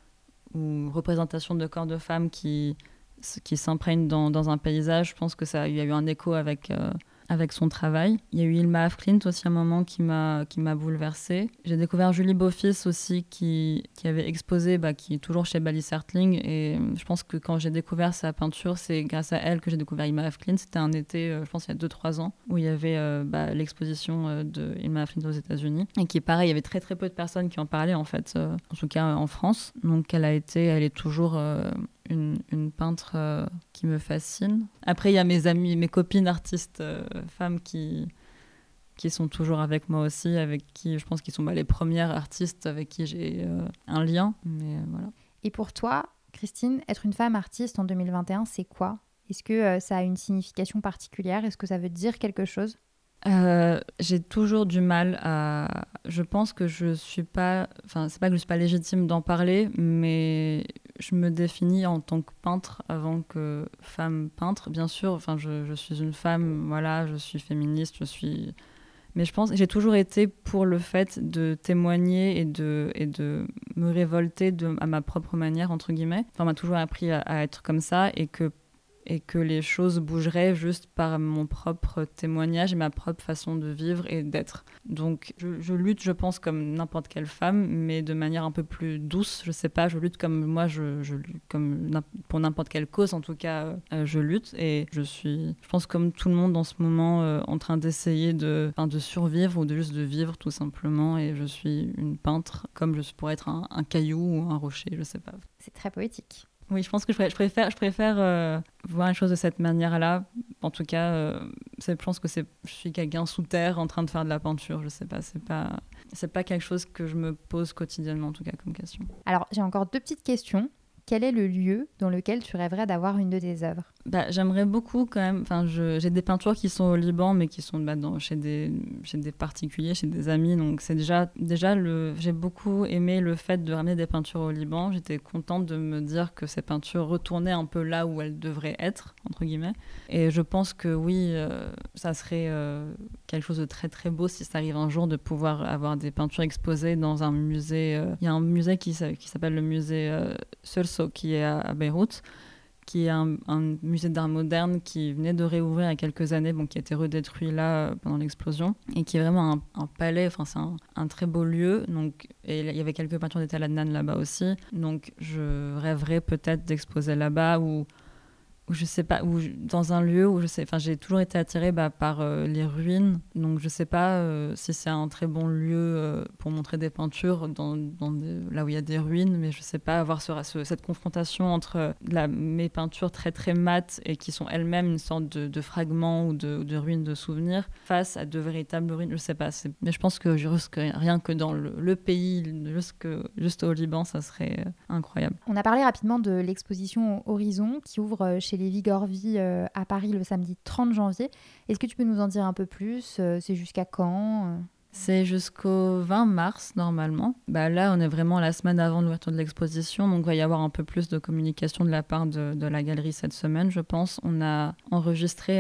ou représentation de corps de femmes qui s'imprègnent dans un paysage. Je pense que il y a eu un écho avec son travail. Il y a eu Ilma Afklint aussi à un moment qui m'a bouleversée. J'ai découvert Julie Beaufils aussi qui avait exposé, qui est toujours chez Bally Sertling, et je pense que quand j'ai découvert sa peinture, c'est grâce à elle que j'ai découvert Ilma Afklint. C'était un été, je pense il y a 2-3 ans, où il y avait l'exposition de Ilma Afklint aux États-Unis, et qui pareil, il y avait très très peu de personnes qui en parlaient en fait, en tout cas en France. Donc elle est toujours une peintre qui me fascine. Après, il y a mes copines artistes femmes qui sont toujours avec moi aussi, avec qui je pense qu'ils sont les premières artistes avec qui j'ai un lien. Mais voilà. Et pour toi, Christine, être une femme artiste en 2021, c'est quoi ? Est-ce que ça a une signification particulière ? Est-ce que ça veut dire quelque chose ? J'ai toujours du mal à... Je pense que je suis pas... Enfin, c'est pas que je suis pas légitime d'en parler, mais je me définis en tant que peintre avant que femme peintre. Bien sûr, enfin, je suis une femme, voilà, je suis féministe, mais je pense que j'ai toujours été pour le fait de témoigner et de me révolter à ma propre manière, entre guillemets. Enfin, on m'a toujours appris à être comme ça, et que les choses bougeraient juste par mon propre témoignage et ma propre façon de vivre et d'être. Donc je lutte, je pense, comme n'importe quelle femme, mais de manière un peu plus douce. Je sais pas, je lutte comme moi, je lutte pour n'importe quelle cause, en tout cas, je lutte. Et je pense, comme tout le monde en ce moment, en train d'essayer de survivre ou juste de vivre, tout simplement. Et je suis une peintre, comme je pourrais être un caillou ou un rocher, je sais pas. C'est très poétique. Oui, je pense que je préfère voir les choses de cette manière-là. En tout cas, je pense que je suis quelqu'un sous terre en train de faire de la peinture. Je sais pas, c'est pas quelque chose que je me pose quotidiennement, en tout cas, comme question. Alors, j'ai encore 2 petites questions. Quel est le lieu dans lequel tu rêverais d'avoir une de tes œuvres ? J'aimerais beaucoup quand même. Enfin, j'ai des peintures qui sont au Liban, mais qui sont chez des particuliers, chez des amis. Donc c'est déjà j'ai beaucoup aimé le fait de ramener des peintures au Liban. J'étais contente de me dire que ces peintures retournaient un peu là où elles devraient être, entre guillemets. Et je pense que oui, ça serait quelque chose de très très beau si ça arrive un jour de pouvoir avoir des peintures exposées dans un musée. Il y a un musée qui s'appelle le musée Celso, qui est à Beyrouth, qui est un musée d'art moderne qui venait de réouvrir il y a quelques années, qui a été redétruit là pendant l'explosion, et qui est vraiment un palais. Enfin, c'est un très beau lieu. Donc, et il y avait quelques peintures d'Ethel Adnan là-bas aussi. Donc je rêverais peut-être d'exposer là-bas, ou où je sais pas, dans un lieu où j'ai toujours été attirée par les ruines, donc je sais pas si c'est un très bon lieu pour montrer des peintures là où il y a des ruines, mais je sais pas, avoir cette confrontation entre mes peintures très très mates et qui sont elles-mêmes une sorte de fragments ou de ruines de souvenirs face à de véritables ruines, je sais pas, mais je pense que rien que dans le pays, juste au Liban, ça serait incroyable. On a parlé rapidement de l'exposition Horizon qui ouvre chez les Vigorvi à Paris le samedi 30 janvier. Est-ce que tu peux nous en dire un peu plus ? C'est jusqu'à quand ? C'est jusqu'au 20 mars normalement. Là, on est vraiment la semaine avant l'ouverture de l'exposition, donc il va y avoir un peu plus de communication de la part de la galerie cette semaine, je pense. On a enregistré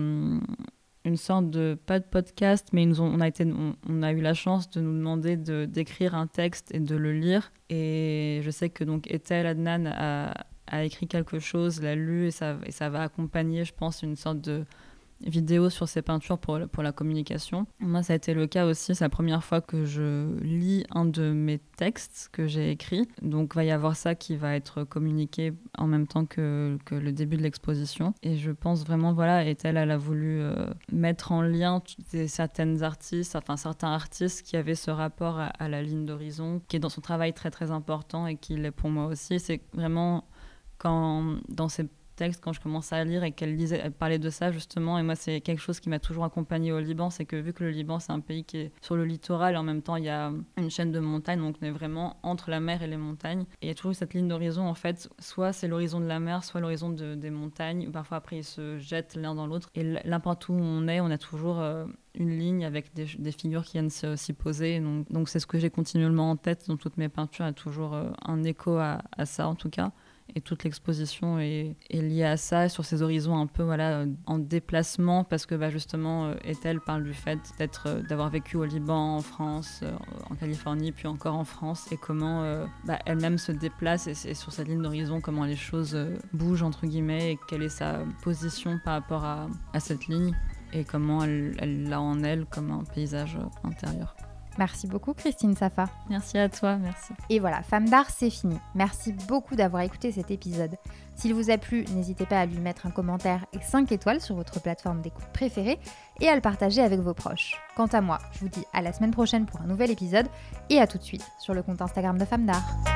une sorte pas de podcast, mais on a eu la chance de nous demander d'écrire un texte et de le lire. Et je sais que donc Ethel Adnan a écrit quelque chose, l'a lu, et ça va accompagner, je pense, une sorte de vidéo sur ses peintures pour la communication. Moi, ça a été le cas aussi. C'est la première fois que je lis un de mes textes que j'ai écrit. Donc, il va y avoir ça qui va être communiqué en même temps que le début de l'exposition. Et je pense vraiment, Ethel, elle a voulu mettre en lien certains artistes qui avaient ce rapport à la ligne d'horizon, qui est dans son travail très, très important et qui l'est pour moi aussi. C'est vraiment dans ces texte quand je commençais à lire et elle parlait de ça justement, et moi c'est quelque chose qui m'a toujours accompagnée au Liban, c'est que vu que le Liban c'est un pays qui est sur le littoral et en même temps il y a une chaîne de montagnes, donc on est vraiment entre la mer et les montagnes, et il y a toujours cette ligne d'horizon en fait, soit c'est l'horizon de la mer, soit l'horizon des montagnes, ou parfois après ils se jettent l'un dans l'autre, et n'importe où on a toujours une ligne avec des figures qui viennent s'y poser, donc c'est ce que j'ai continuellement en tête dans toutes mes peintures, il y a toujours un écho à ça en tout cas. Et toute l'exposition est liée à ça, sur ces horizons un peu en déplacement, parce que justement, Ethel parle du fait d'avoir vécu au Liban, en France, en Californie, puis encore en France, et comment elle-même se déplace, et sur cette ligne d'horizon, comment les choses bougent, entre guillemets, et quelle est sa position par rapport à cette ligne, et comment elle l'a en elle comme un paysage intérieur. Merci beaucoup Christine Safa. Merci à toi, merci. Et voilà, Femme d'art, c'est fini. Merci beaucoup d'avoir écouté cet épisode. S'il vous a plu, n'hésitez pas à lui mettre un commentaire et 5 étoiles sur votre plateforme d'écoute préférée et à le partager avec vos proches. Quant à moi, je vous dis à la semaine prochaine pour un nouvel épisode et à tout de suite sur le compte Instagram de Femme d'art.